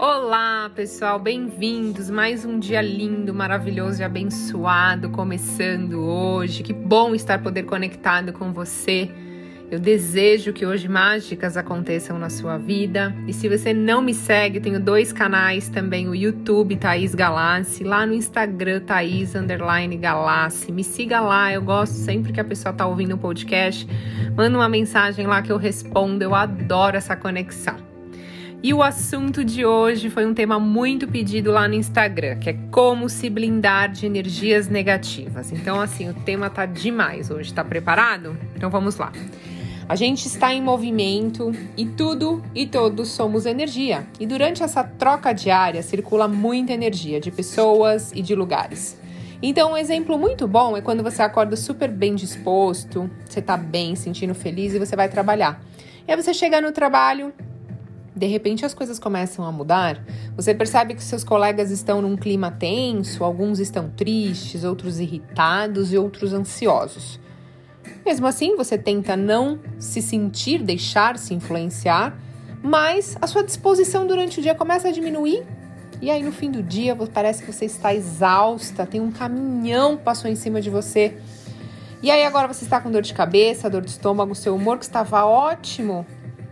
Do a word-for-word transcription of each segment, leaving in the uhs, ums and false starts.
Olá, pessoal, bem-vindos. Mais um dia lindo, maravilhoso e abençoado começando hoje. Que bom estar poder conectado com você. Eu desejo que hoje mágicas aconteçam na sua vida. E se você não me segue, eu tenho dois canais também, o YouTube Thaís Galassi, lá no Instagram Thaís underline Galassi. Me siga lá, eu gosto sempre que a pessoa tá ouvindo o podcast. Manda uma mensagem lá que eu respondo, eu adoro essa conexão. E o assunto de hoje foi um tema muito pedido lá no Instagram, que é como se blindar de energias negativas. Então, assim, o tema tá demais hoje. Tá preparado? Então, vamos lá. A gente está em movimento e tudo e todos somos energia. E durante essa troca diária circula muita energia de pessoas e de lugares. Então, um exemplo muito bom é quando você acorda super bem disposto, você tá bem, sentindo feliz e você vai trabalhar. E aí você chega no trabalho... De repente as coisas começam a mudar, você percebe que seus colegas estão num clima tenso, alguns estão tristes, outros irritados e outros ansiosos. Mesmo assim, você tenta não se sentir, deixar-se influenciar, mas a sua disposição durante o dia começa a diminuir e aí no fim do dia parece que você está exausta, tem um caminhão que passou em cima de você. E aí agora você está com dor de cabeça, dor de estômago, seu humor que estava ótimo,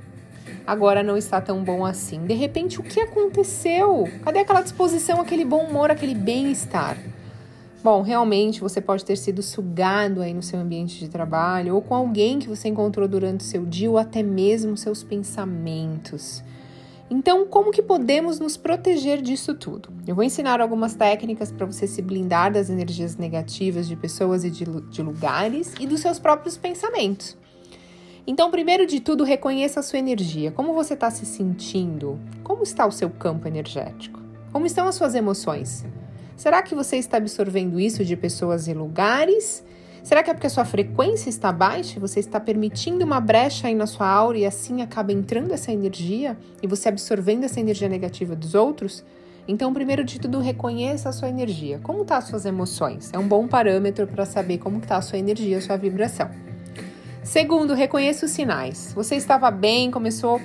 agora não está tão bom assim. De repente, o que aconteceu? Cadê aquela disposição, aquele bom humor, aquele bem-estar? Bom, realmente você pode ter sido sugado aí no seu ambiente de trabalho ou com alguém que você encontrou durante o seu dia ou até mesmo seus pensamentos. Então, como que podemos nos proteger disso tudo? Eu vou ensinar algumas técnicas para você se blindar das energias negativas de pessoas e de, de lugares e dos seus próprios pensamentos. Então, primeiro de tudo, reconheça a sua energia. Como você está se sentindo? Como está o seu campo energético? Como estão as suas emoções? Será que você está absorvendo isso de pessoas e lugares? Será que é porque a sua frequência está baixa e você está permitindo uma brecha aí na sua aura e assim acaba entrando essa energia e você absorvendo essa energia negativa dos outros? Então, primeiro de tudo, reconheça a sua energia. Como estão as suas emoções? É um bom parâmetro para saber como está a sua energia, a sua vibração. Segundo, reconheça os sinais. Você estava bem, começou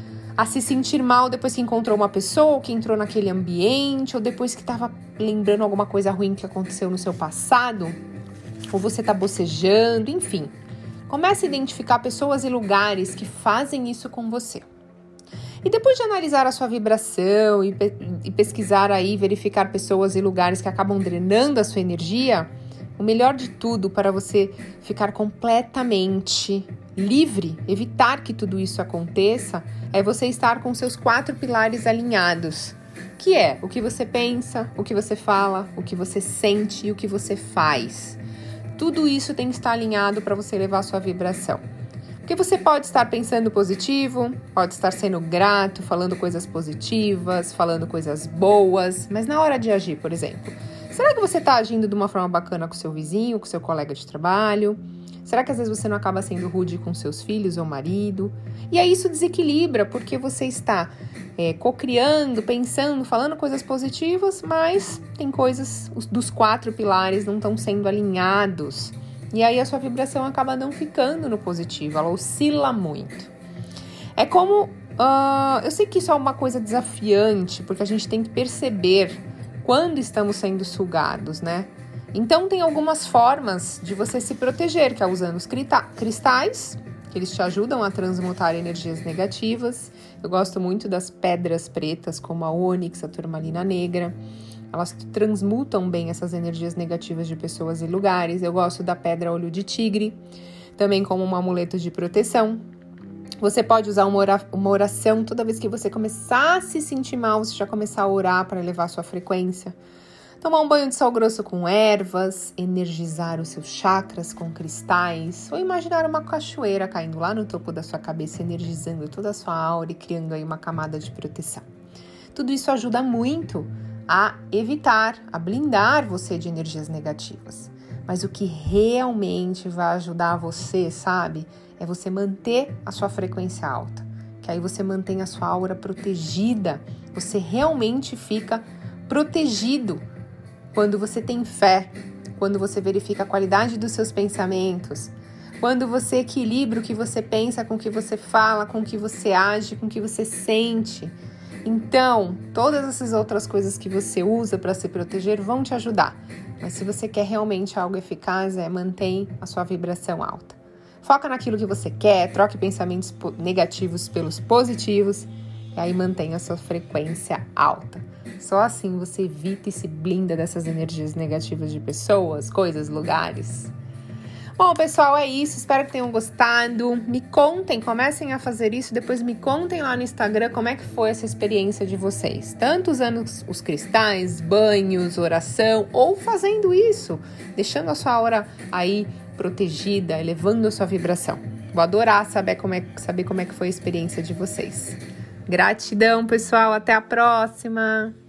a se sentir mal depois que encontrou uma pessoa, ou que entrou naquele ambiente, ou depois que estava lembrando alguma coisa ruim que aconteceu no seu passado, ou você está bocejando, enfim. Comece a identificar pessoas e lugares que fazem isso com você. E depois de analisar a sua vibração e, pe- e pesquisar aí, verificar pessoas e lugares que acabam drenando a sua energia, o melhor de tudo para você ficar completamente livre, evitar que tudo isso aconteça, é você estar com seus quatro pilares alinhados, que é o que você pensa, o que você fala, o que você sente e o que você faz. Tudo isso tem que estar alinhado para você elevar a sua vibração. Porque você pode estar pensando positivo, pode estar sendo grato, falando coisas positivas, falando coisas boas, mas na hora de agir, por exemplo, será que você está agindo de uma forma bacana com seu vizinho, com seu colega de trabalho? Será que às vezes você não acaba sendo rude com seus filhos ou marido? E aí isso desequilibra, porque você está é, co-criando, pensando, falando coisas positivas, mas tem coisas, os, dos quatro pilares não estão sendo alinhados. E aí a sua vibração acaba não ficando no positivo, ela oscila muito. É como, uh, eu sei que isso é uma coisa desafiante, porque a gente tem que perceber quando estamos sendo sugados, né? Então, tem algumas formas de você se proteger, que é usando os cristais, que eles te ajudam a transmutar energias negativas. Eu gosto muito das pedras pretas, como a ônix, a turmalina negra. Elas transmutam bem essas energias negativas de pessoas e lugares. Eu gosto da pedra olho de tigre, também como um amuleto de proteção. Você pode usar uma oração toda vez que você começar a se sentir mal, você já começar a orar para elevar a sua frequência. Tomar um banho de sal grosso com ervas, energizar os seus chakras com cristais, ou imaginar uma cachoeira caindo lá no topo da sua cabeça, energizando toda a sua aura e criando aí uma camada de proteção. Tudo isso ajuda muito a evitar, a blindar você de energias negativas. Mas o que realmente vai ajudar você, sabe, é você manter a sua frequência alta, que aí você mantém a sua aura protegida, você realmente fica protegido quando você tem fé, quando você verifica a qualidade dos seus pensamentos, quando você equilibra o que você pensa com o que você fala, com o que você age, com o que você sente. Então, todas essas outras coisas que você usa para se proteger vão te ajudar. Mas se você quer realmente algo eficaz, é mantém a sua vibração alta. Foca naquilo que você quer, troque pensamentos negativos pelos positivos e aí mantenha a sua frequência alta. Só assim você evita e se blinda dessas energias negativas de pessoas, coisas, lugares. Bom, pessoal, é isso. Espero que tenham gostado. Me contem, comecem a fazer isso. Depois me contem lá no Instagram como é que foi essa experiência de vocês. Tanto usando os cristais, banhos, oração, ou fazendo isso, deixando a sua aura aí protegida, elevando a sua vibração. Vou adorar saber como é, saber como é que foi a experiência de vocês. Gratidão, pessoal. Até a próxima!